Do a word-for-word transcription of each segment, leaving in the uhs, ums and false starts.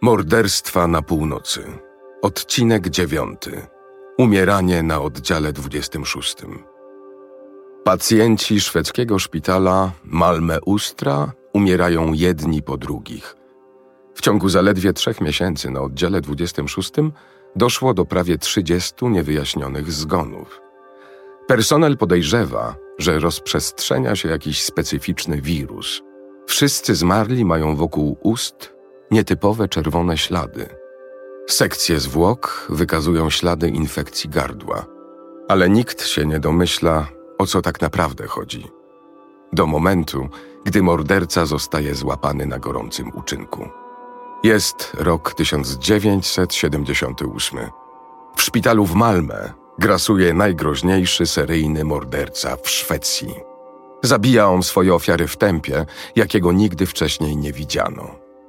Morderstwa na północy. Odcinek dziewiąty. Umieranie na oddziale dwudziestym szóstym. Pacjenci szwedzkiego szpitala Malmö Östra umierają jedni po drugich. W ciągu zaledwie trzech miesięcy na oddziale dwudziestym szóstym doszło do prawie trzydziestu niewyjaśnionych zgonów. Personel podejrzewa, że rozprzestrzenia się jakiś specyficzny wirus. Wszyscy zmarli mają wokół ust nietypowe czerwone ślady. Sekcje zwłok wykazują ślady infekcji gardła, ale nikt się nie domyśla, o co tak naprawdę chodzi. Do momentu, gdy morderca zostaje złapany na gorącym uczynku. Jest rok tysiąc dziewięćset siedemdziesiąty ósmy. W szpitalu w Malmö grasuje najgroźniejszy seryjny morderca w Szwecji. Zabija on swoje ofiary w tempie, jakiego nigdy wcześniej nie widziano.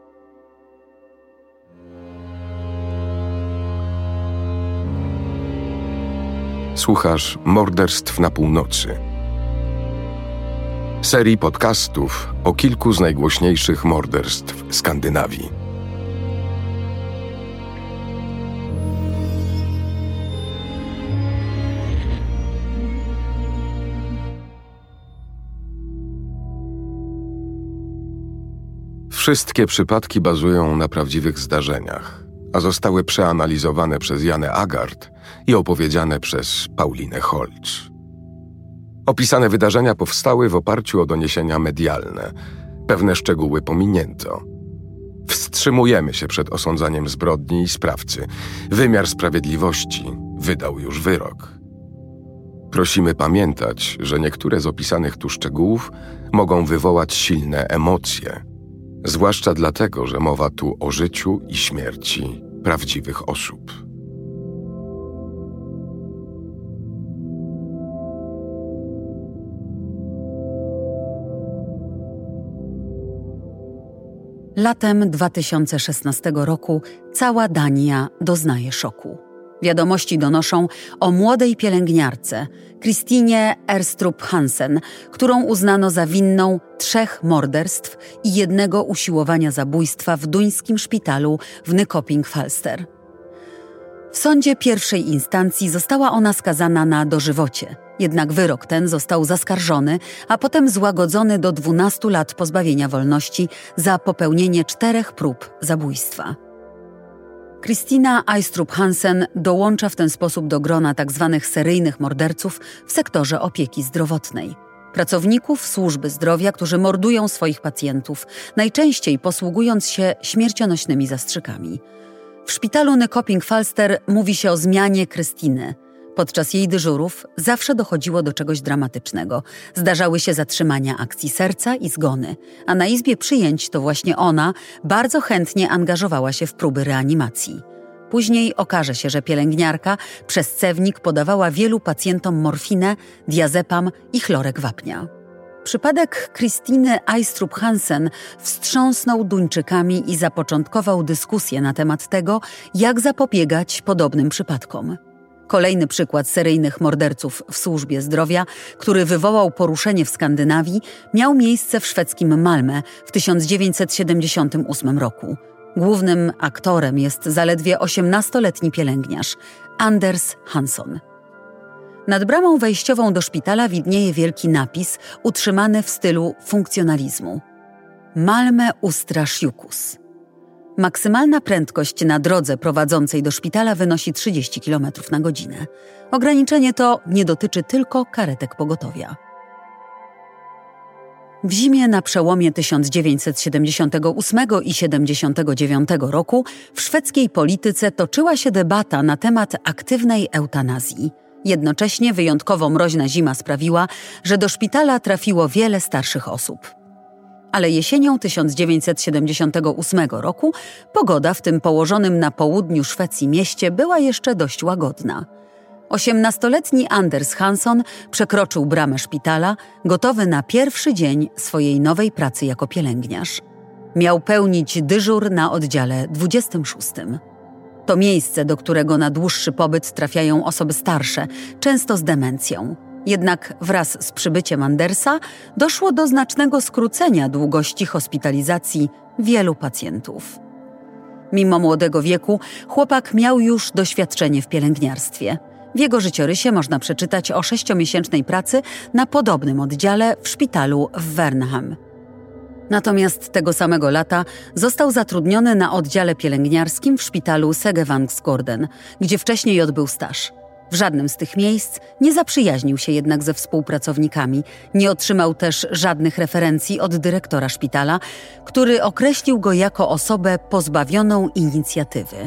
Słuchasz Morderstw na północy. Serii podcastów o kilku z najgłośniejszych morderstw Skandynawii. Wszystkie przypadki bazują na prawdziwych zdarzeniach, a zostały przeanalizowane przez Janę Agard i opowiedziane przez Paulinę Holz. Opisane wydarzenia powstały w oparciu o doniesienia medialne. Pewne szczegóły pominięto. Wstrzymujemy się przed osądzaniem zbrodni i sprawcy. Wymiar sprawiedliwości wydał już wyrok. Prosimy pamiętać, że niektóre z opisanych tu szczegółów mogą wywołać silne emocje, zwłaszcza dlatego, że mowa tu o życiu i śmierci prawdziwych osób. Latem dwa tysiące szesnastego roku cała Dania doznaje szoku. Wiadomości donoszą o młodej pielęgniarce, Kristine Erstrup Hansen, którą uznano za winną trzech morderstw i jednego usiłowania zabójstwa w duńskim szpitalu w Nykoping Falster. W sądzie pierwszej instancji została ona skazana na dożywocie, jednak wyrok ten został zaskarżony, a potem złagodzony do dwunastu lat pozbawienia wolności za popełnienie czterech prób zabójstwa. Kristina Eystrup Hansen dołącza w ten sposób do grona tzw. seryjnych morderców w sektorze opieki zdrowotnej. Pracowników służby zdrowia, którzy mordują swoich pacjentów, najczęściej posługując się śmiercionośnymi zastrzykami. W szpitalu Nykoping Falster mówi się o zmianie Kristiny. Podczas jej dyżurów zawsze dochodziło do czegoś dramatycznego. Zdarzały się zatrzymania akcji serca i zgony, a na izbie przyjęć to właśnie ona bardzo chętnie angażowała się w próby reanimacji. Później okaże się, że pielęgniarka przez cewnik podawała wielu pacjentom morfinę, diazepam i chlorek wapnia. Przypadek Kristiny Eystrup Hansen wstrząsnął Duńczykami i zapoczątkował dyskusję na temat tego, jak zapobiegać podobnym przypadkom. Kolejny przykład seryjnych morderców w służbie zdrowia, który wywołał poruszenie w Skandynawii, miał miejsce w szwedzkim Malmö w tysiąc dziewięćset siedemdziesiątym ósmym roku. Głównym aktorem jest zaledwie osiemnastoletni pielęgniarz Anders Hansson. Nad bramą wejściową do szpitala widnieje wielki napis utrzymany w stylu funkcjonalizmu. Malmö Östra sjukhus. Maksymalna prędkość na drodze prowadzącej do szpitala wynosi trzydzieści kilometrów na godzinę. Ograniczenie to nie dotyczy tylko karetek pogotowia. W zimie na przełomie tysiąc dziewięćset siedemdziesiątego ósmego i siedemdziesiątego dziewiątego roku w szwedzkiej polityce toczyła się debata na temat aktywnej eutanazji. Jednocześnie wyjątkowo mroźna zima sprawiła, że do szpitala trafiło wiele starszych osób. Ale jesienią tysiąc dziewięćset siedemdziesiątego ósmego roku pogoda w tym położonym na południu Szwecji mieście była jeszcze dość łagodna. Osiemnastoletni Anders Hansson przekroczył bramę szpitala, gotowy na pierwszy dzień swojej nowej pracy jako pielęgniarz. Miał pełnić dyżur na oddziale dwudziestym szóstym. To miejsce, do którego na dłuższy pobyt trafiają osoby starsze, często z demencją. Jednak wraz z przybyciem Andersa doszło do znacznego skrócenia długości hospitalizacji wielu pacjentów. Mimo młodego wieku, chłopak miał już doświadczenie w pielęgniarstwie. W jego życiorysie można przeczytać o sześciomiesięcznej pracy na podobnym oddziale w szpitalu w Wernham. Natomiast tego samego lata został zatrudniony na oddziale pielęgniarskim w szpitalu Segevangsgården, gdzie wcześniej odbył staż. W żadnym z tych miejsc nie zaprzyjaźnił się jednak ze współpracownikami, nie otrzymał też żadnych referencji od dyrektora szpitala, który określił go jako osobę pozbawioną inicjatywy.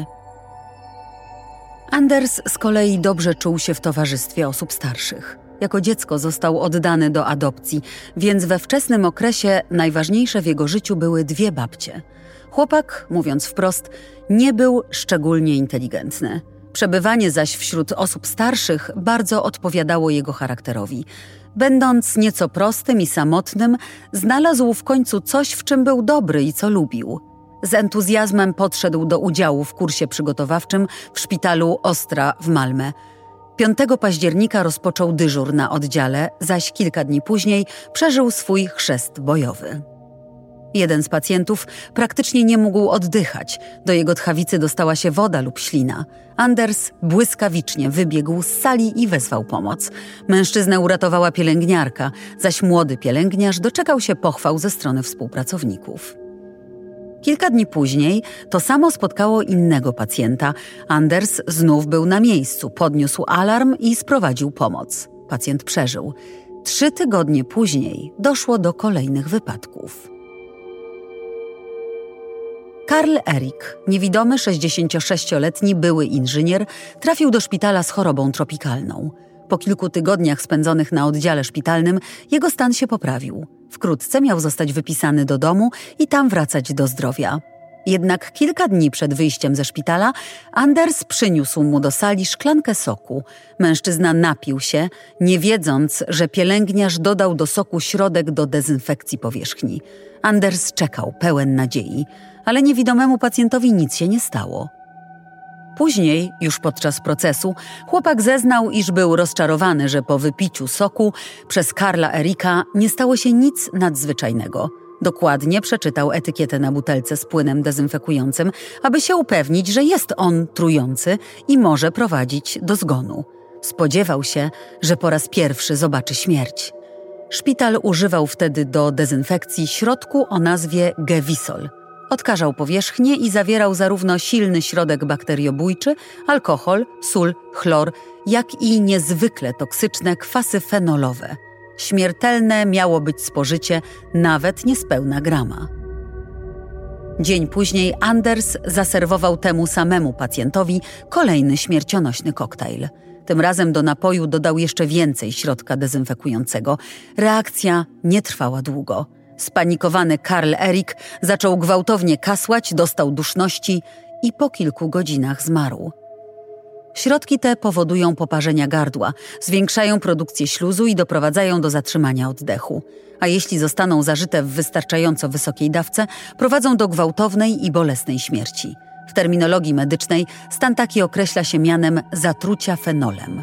Anders z kolei dobrze czuł się w towarzystwie osób starszych. Jako dziecko został oddany do adopcji, więc we wczesnym okresie najważniejsze w jego życiu były dwie babcie. Chłopak, mówiąc wprost, nie był szczególnie inteligentny. Przebywanie zaś wśród osób starszych bardzo odpowiadało jego charakterowi. Będąc nieco prostym i samotnym, znalazł w końcu coś, w czym był dobry i co lubił. Z entuzjazmem podszedł do udziału w kursie przygotowawczym w szpitalu Ostra w Malmö. piątego października rozpoczął dyżur na oddziale, zaś kilka dni później przeżył swój chrzest bojowy. Jeden z pacjentów praktycznie nie mógł oddychać. Do jego tchawicy dostała się woda lub ślina. Anders błyskawicznie wybiegł z sali i wezwał pomoc. Mężczyznę uratowała pielęgniarka, zaś młody pielęgniarz doczekał się pochwał ze strony współpracowników. Kilka dni później to samo spotkało innego pacjenta. Anders znów był na miejscu, podniósł alarm i sprowadził pomoc. Pacjent przeżył. Trzy tygodnie później doszło do kolejnych wypadków. Karl Erik, niewidomy sześćdziesięciosześcioletni były inżynier, trafił do szpitala z chorobą tropikalną. Po kilku tygodniach spędzonych na oddziale szpitalnym jego stan się poprawił. Wkrótce miał zostać wypisany do domu i tam wracać do zdrowia. Jednak kilka dni przed wyjściem ze szpitala Anders przyniósł mu do sali szklankę soku. Mężczyzna napił się, nie wiedząc, że pielęgniarz dodał do soku środek do dezynfekcji powierzchni. Anders czekał, pełen nadziei, ale niewidomemu pacjentowi nic się nie stało. Później, już podczas procesu, chłopak zeznał, iż był rozczarowany, że po wypiciu soku przez Karla Erika nie stało się nic nadzwyczajnego. Dokładnie przeczytał etykietę na butelce z płynem dezynfekującym, aby się upewnić, że jest on trujący i może prowadzić do zgonu. Spodziewał się, że po raz pierwszy zobaczy śmierć. Szpital używał wtedy do dezynfekcji środku o nazwie Gewisol. Odkażał powierzchnię i zawierał zarówno silny środek bakteriobójczy, alkohol, sól, chlor, jak i niezwykle toksyczne kwasy fenolowe. Śmiertelne miało być spożycie nawet niespełna grama. Dzień później Anders zaserwował temu samemu pacjentowi kolejny śmiercionośny koktajl. Tym razem do napoju dodał jeszcze więcej środka dezynfekującego. Reakcja nie trwała długo. Spanikowany Karl Erik zaczął gwałtownie kasłać, dostał duszności i po kilku godzinach zmarł. Środki te powodują poparzenia gardła, zwiększają produkcję śluzu i doprowadzają do zatrzymania oddechu. A jeśli zostaną zażyte w wystarczająco wysokiej dawce, prowadzą do gwałtownej i bolesnej śmierci. W terminologii medycznej stan taki określa się mianem zatrucia fenolem.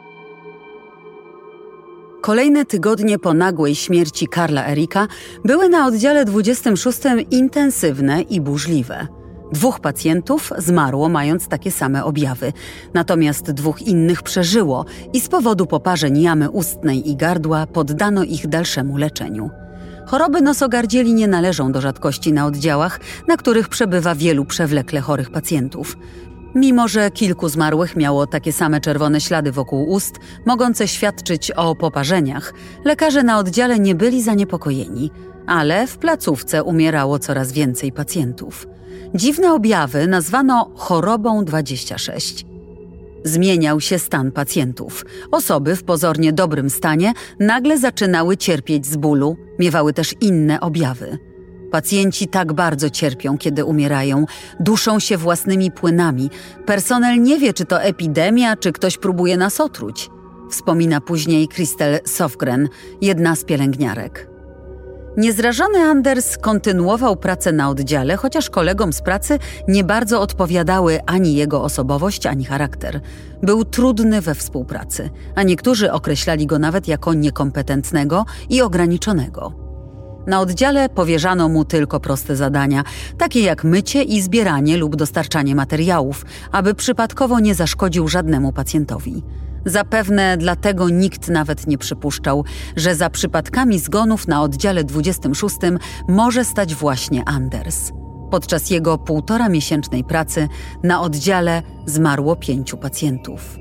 Kolejne tygodnie po nagłej śmierci Karla Erika były na oddziale dwudziestym szóstym intensywne i burzliwe. Dwóch pacjentów zmarło, mając takie same objawy, natomiast dwóch innych przeżyło i z powodu poparzeń jamy ustnej i gardła poddano ich dalszemu leczeniu. Choroby nosogardzieli nie należą do rzadkości na oddziałach, na których przebywa wielu przewlekle chorych pacjentów. Mimo że kilku zmarłych miało takie same czerwone ślady wokół ust, mogące świadczyć o poparzeniach, lekarze na oddziale nie byli zaniepokojeni, ale w placówce umierało coraz więcej pacjentów. Dziwne objawy nazwano chorobą dwadzieścia sześć. Zmieniał się stan pacjentów. Osoby w pozornie dobrym stanie nagle zaczynały cierpieć z bólu, miewały też inne objawy. Pacjenci tak bardzo cierpią, kiedy umierają, duszą się własnymi płynami. Personel nie wie, czy to epidemia, czy ktoś próbuje nas otruć. Wspomina później Kristel Sofgren, jedna z pielęgniarek. Niezrażony Anders kontynuował pracę na oddziale, chociaż kolegom z pracy nie bardzo odpowiadały ani jego osobowość, ani charakter. Był trudny we współpracy, a niektórzy określali go nawet jako niekompetentnego i ograniczonego. Na oddziale powierzano mu tylko proste zadania, takie jak mycie i zbieranie lub dostarczanie materiałów, aby przypadkowo nie zaszkodził żadnemu pacjentowi. Zapewne dlatego nikt nawet nie przypuszczał, że za przypadkami zgonów na oddziale dwudziestym szóstym może stać właśnie Anders. Podczas jego półtora miesięcznej pracy na oddziale zmarło pięciu pacjentów.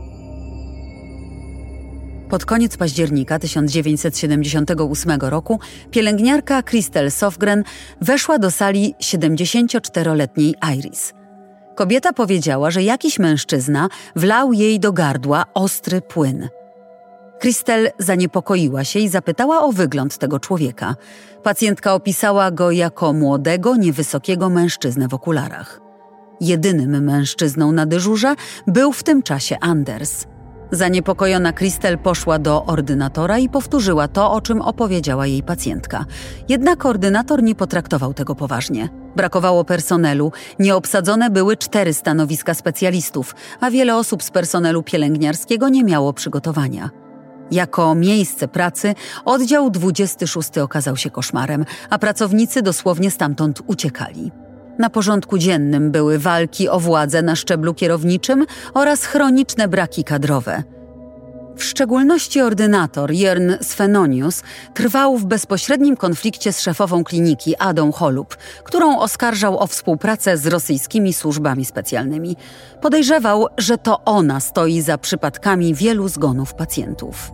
Pod koniec października tysiąc dziewięćset siedemdziesiątego ósmego roku pielęgniarka Christel Sofgren weszła do sali siedemdziesięcioczteroletniej Iris. Kobieta powiedziała, że jakiś mężczyzna wlał jej do gardła ostry płyn. Christel zaniepokoiła się i zapytała o wygląd tego człowieka. Pacjentka opisała go jako młodego, niewysokiego mężczyznę w okularach. Jedynym mężczyzną na dyżurze był w tym czasie Anders. Zaniepokojona Christel poszła do ordynatora i powtórzyła to, o czym opowiedziała jej pacjentka. Jednak ordynator nie potraktował tego poważnie. Brakowało personelu, nieobsadzone były cztery stanowiska specjalistów, a wiele osób z personelu pielęgniarskiego nie miało przygotowania. Jako miejsce pracy oddział dwudziesty szósty okazał się koszmarem, a pracownicy dosłownie stamtąd uciekali. Na porządku dziennym były walki o władzę na szczeblu kierowniczym oraz chroniczne braki kadrowe. W szczególności ordynator Jörn Svenonius trwał w bezpośrednim konflikcie z szefową kliniki Adą Holub, którą oskarżał o współpracę z rosyjskimi służbami specjalnymi. Podejrzewał, że to ona stoi za przypadkami wielu zgonów pacjentów.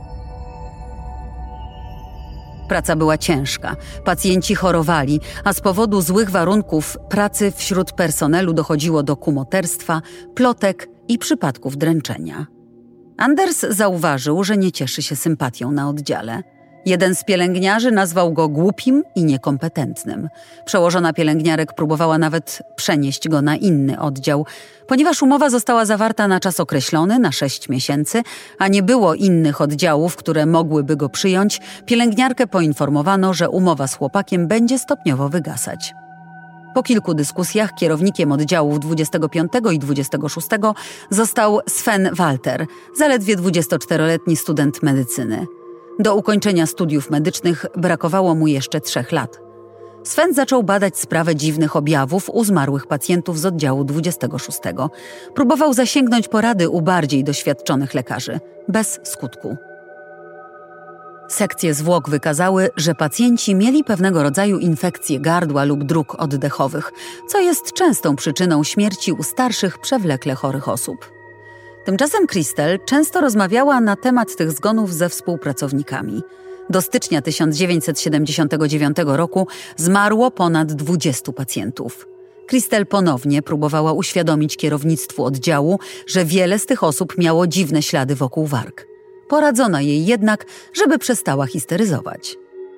Praca była ciężka, pacjenci chorowali, a z powodu złych warunków pracy wśród personelu dochodziło do kumoterstwa, plotek i przypadków dręczenia. Anders zauważył, że nie cieszy się sympatią na oddziale. Jeden z pielęgniarzy nazwał go głupim i niekompetentnym. Przełożona pielęgniarek próbowała nawet przenieść go na inny oddział. Ponieważ umowa została zawarta na czas określony, na sześć miesięcy, a nie było innych oddziałów, które mogłyby go przyjąć, pielęgniarkę poinformowano, że umowa z chłopakiem będzie stopniowo wygasać. Po kilku dyskusjach kierownikiem oddziałów dwudziestego piątego i dwudziestego szóstego został Sven Walter, zaledwie dwudziestoczteroletni student medycyny. Do ukończenia studiów medycznych brakowało mu jeszcze trzech lat. Sven zaczął badać sprawę dziwnych objawów u zmarłych pacjentów z oddziału dwudziestego szóstego. Próbował zasięgnąć porady u bardziej doświadczonych lekarzy. Bez skutku. Sekcje zwłok wykazały, że pacjenci mieli pewnego rodzaju infekcje gardła lub dróg oddechowych, co jest częstą przyczyną śmierci u starszych, przewlekle chorych osób. Tymczasem Christel często rozmawiała na temat tych zgonów ze współpracownikami. Do stycznia tysiąc dziewięćset siedemdziesiątego dziewiątego roku zmarło ponad dwudziestu pacjentów. Christel ponownie próbowała uświadomić kierownictwu oddziału, że wiele z tych osób miało dziwne ślady wokół warg. Poradzono jej jednak, żeby przestała histeryzować.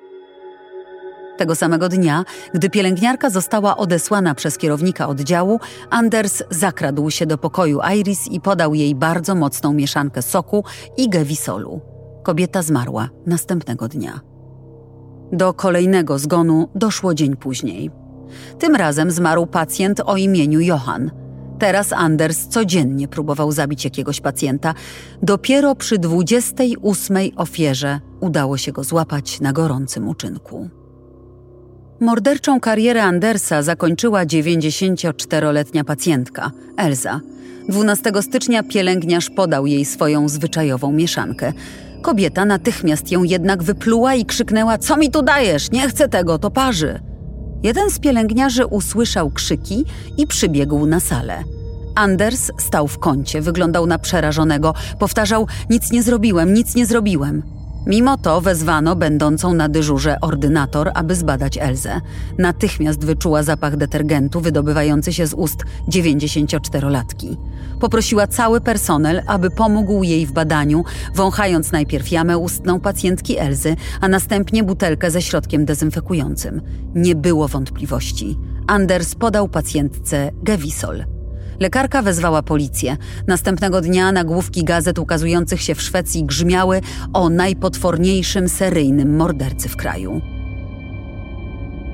Tego samego dnia, gdy pielęgniarka została odesłana przez kierownika oddziału, Anders zakradł się do pokoju Iris i podał jej bardzo mocną mieszankę soku i gewisolu. Kobieta zmarła następnego dnia. Do kolejnego zgonu doszło dzień później. Tym razem zmarł pacjent o imieniu Johan. Teraz Anders codziennie próbował zabić jakiegoś pacjenta. Dopiero przy dwudziestej ósmej ofierze udało się go złapać na gorącym uczynku. Morderczą karierę Andersa zakończyła dziewięćdziesięcioczteroletnia pacjentka, Elza. dwunastego stycznia pielęgniarz podał jej swoją zwyczajową mieszankę. Kobieta natychmiast ją jednak wypluła i krzyknęła: „Co mi tu dajesz? Nie chcę tego, to parzy!” Jeden z pielęgniarzy usłyszał krzyki i przybiegł na salę. Anders stał w kącie, wyglądał na przerażonego. Powtarzał: „Nic nie zrobiłem, nic nie zrobiłem”. Mimo to wezwano będącą na dyżurze ordynator, aby zbadać Elzę. Natychmiast wyczuła zapach detergentu wydobywający się z ust dziewięćdziesięcioczterolatki. Poprosiła cały personel, aby pomógł jej w badaniu, wąchając najpierw jamę ustną pacjentki Elzy, a następnie butelkę ze środkiem dezynfekującym. Nie było wątpliwości. Anders podał pacjentce gewisol. Lekarka wezwała policję. Następnego dnia nagłówki gazet ukazujących się w Szwecji grzmiały o najpotworniejszym seryjnym mordercy w kraju.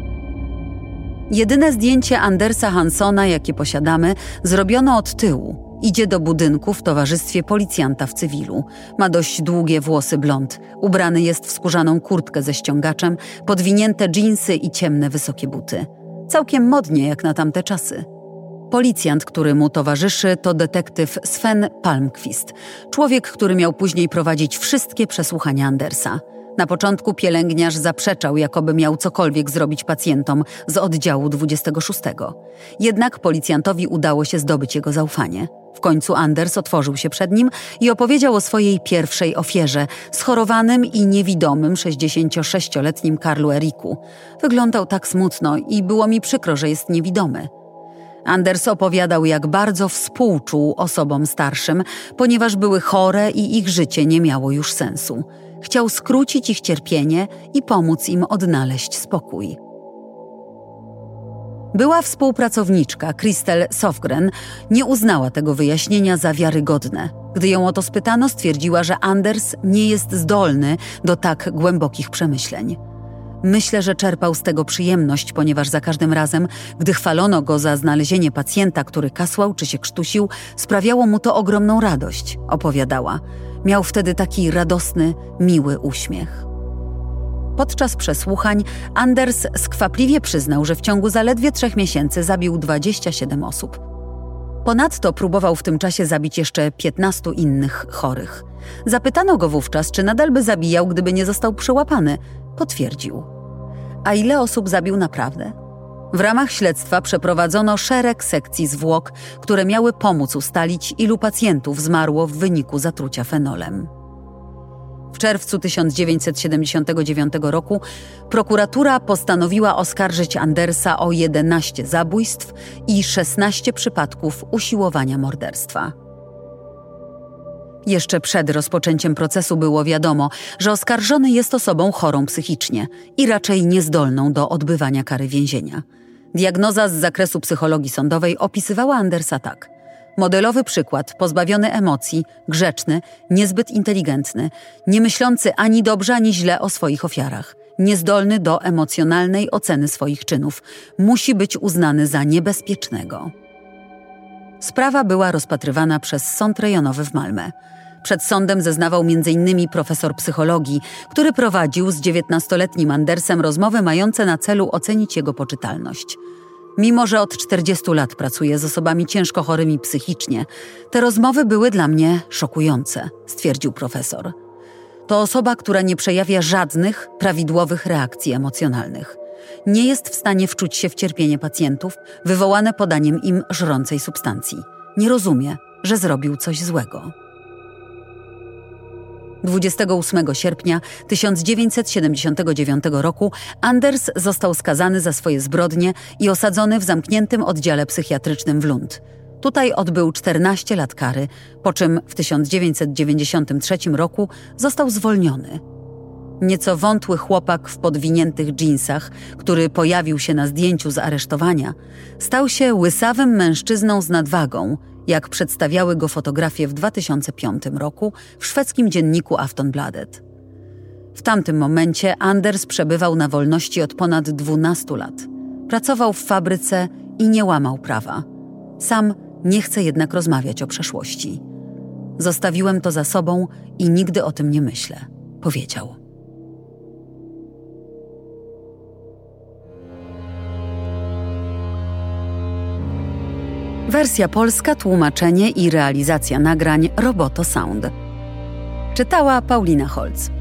Jedyne zdjęcie Andersa Hanssona, jakie posiadamy, zrobiono od tyłu. Idzie do budynku w towarzystwie policjanta w cywilu. Ma dość długie włosy blond. Ubrany jest w skórzaną kurtkę ze ściągaczem, podwinięte dżinsy i ciemne, wysokie buty. Całkiem modnie jak na tamte czasy. Policjant, który mu towarzyszy, to detektyw Sven Palmqvist. Człowiek, który miał później prowadzić wszystkie przesłuchania Andersa. Na początku pielęgniarz zaprzeczał, jakoby miał cokolwiek zrobić pacjentom z oddziału dwudziestego szóstego. Jednak policjantowi udało się zdobyć jego zaufanie. W końcu Anders otworzył się przed nim i opowiedział o swojej pierwszej ofierze, schorowanym i niewidomym sześćdziesięciosześcioletnim Karlu Eriku. Wyglądał tak smutno i było mi przykro, że jest niewidomy. Anders opowiadał, jak bardzo współczuł osobom starszym, ponieważ były chore i ich życie nie miało już sensu. Chciał skrócić ich cierpienie i pomóc im odnaleźć spokój. Była współpracowniczka, Kristel Sofgren, nie uznała tego wyjaśnienia za wiarygodne. Gdy ją o to spytano, stwierdziła, że Anders nie jest zdolny do tak głębokich przemyśleń. Myślę, że czerpał z tego przyjemność, ponieważ za każdym razem, gdy chwalono go za znalezienie pacjenta, który kasłał czy się krztusił, sprawiało mu to ogromną radość, opowiadała. Miał wtedy taki radosny, miły uśmiech. Podczas przesłuchań Anders skwapliwie przyznał, że w ciągu zaledwie trzech miesięcy zabił dwadzieścia siedem osób. Ponadto próbował w tym czasie zabić jeszcze piętnastu innych chorych. Zapytano go wówczas, czy nadal by zabijał, gdyby nie został przyłapany. Potwierdził. A ile osób zabił naprawdę? W ramach śledztwa przeprowadzono szereg sekcji zwłok, które miały pomóc ustalić, ilu pacjentów zmarło w wyniku zatrucia fenolem. W czerwcu tysiąc dziewięćset siedemdziesiątego dziewiątego roku prokuratura postanowiła oskarżyć Andersa o jedenaście zabójstw i szesnaście przypadków usiłowania morderstwa. Jeszcze przed rozpoczęciem procesu było wiadomo, że oskarżony jest osobą chorą psychicznie i raczej niezdolną do odbywania kary więzienia. Diagnoza z zakresu psychologii sądowej opisywała Andersa tak. Modelowy przykład, pozbawiony emocji, grzeczny, niezbyt inteligentny, nie myślący ani dobrze, ani źle o swoich ofiarach, niezdolny do emocjonalnej oceny swoich czynów, musi być uznany za niebezpiecznego. Sprawa była rozpatrywana przez sąd rejonowy w Malmö. Przed sądem zeznawał między innymi profesor psychologii, który prowadził z dziewiętnastoletnim Andersem rozmowy mające na celu ocenić jego poczytalność. Mimo że od czterdziestu lat pracuję z osobami ciężko chorymi psychicznie, te rozmowy były dla mnie szokujące, stwierdził profesor. To osoba, która nie przejawia żadnych prawidłowych reakcji emocjonalnych. Nie jest w stanie wczuć się w cierpienie pacjentów wywołane podaniem im żrącej substancji. Nie rozumie, że zrobił coś złego. dwudziestego ósmego sierpnia tysiąc dziewięćset siedemdziesiątego dziewiątego roku Anders został skazany za swoje zbrodnie i osadzony w zamkniętym oddziale psychiatrycznym w Lund. Tutaj odbył czternaście lat kary, po czym w tysiąc dziewięćset dziewięćdziesiątym trzecim roku został zwolniony. Nieco wątły chłopak w podwiniętych dżinsach, który pojawił się na zdjęciu z aresztowania, stał się łysawym mężczyzną z nadwagą, jak przedstawiały go fotografie w dwa tysiące piątym roku w szwedzkim dzienniku Aftonbladet. W tamtym momencie Anders przebywał na wolności od ponad dwunastu lat. Pracował w fabryce i nie łamał prawa. Sam nie chce jednak rozmawiać o przeszłości. Zostawiłem to za sobą i nigdy o tym nie myślę, powiedział. Wersja polska, tłumaczenie i realizacja nagrań Roboto Sound. Czytała Paulina Holz.